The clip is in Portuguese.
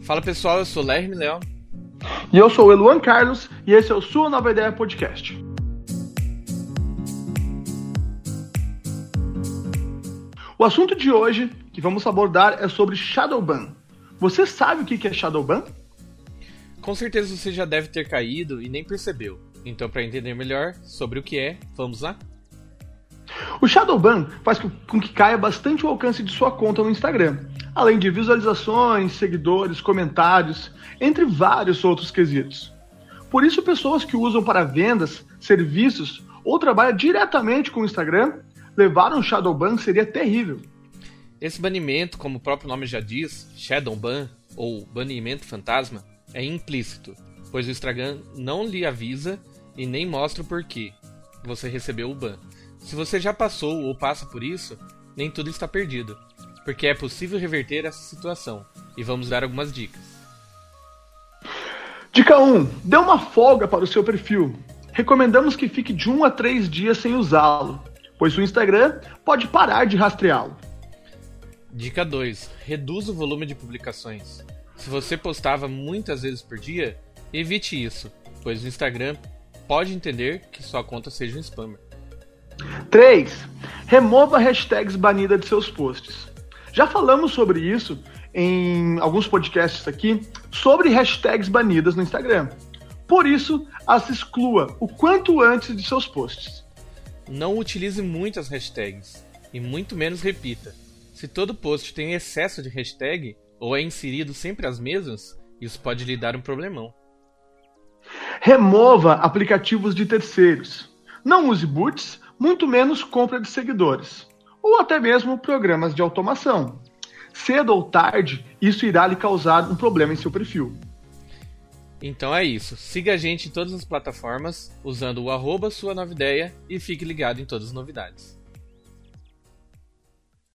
Fala pessoal, eu sou Lerme Leão. E eu sou o Eluan Carlos e esse é o Sua Nova Ideia Podcast. O assunto de hoje que vamos abordar é sobre Shadowban. Você sabe o que é Shadowban? Com certeza você já deve ter caído e nem percebeu. Então, para entender melhor sobre o que é, vamos lá? O Shadowban faz com que caia bastante o alcance de sua conta no Instagram, além de visualizações, seguidores, comentários, entre vários outros quesitos. Por isso, pessoas que usam para vendas, serviços ou trabalham diretamente com o Instagram, levar um Shadowban seria terrível. Esse banimento, como o próprio nome já diz, Shadowban ou banimento fantasma, é implícito, pois o Instagram não lhe avisa e nem mostra o porquê você recebeu o ban. Se você já passou ou passa por isso, nem tudo está perdido, porque é possível reverter essa situação, e vamos dar algumas dicas. Dica 1. Dê uma folga para o seu perfil. Recomendamos que fique de 1 a 3 dias sem usá-lo, pois o Instagram pode parar de rastreá-lo. Dica 2. Reduza o volume de publicações. Se você postava muitas vezes por dia, evite isso, pois o Instagram pode entender que sua conta seja um spammer. 3. Remova hashtags banidas de seus posts. Já falamos sobre isso em alguns podcasts aqui, sobre hashtags banidas no Instagram. Por isso, as exclua o quanto antes de seus posts. Não utilize muitas hashtags, e muito menos repita. Se todo post tem excesso de hashtag, ou é inserido sempre as mesmas, isso pode lhe dar um problemão. Remova aplicativos de terceiros. Não use bots, muito menos compra de seguidores. Ou até mesmo programas de automação. Cedo ou tarde, isso irá lhe causar um problema em seu perfil. Então é isso. Siga a gente em todas as plataformas, usando o @suanovideias e fique ligado em todas as novidades.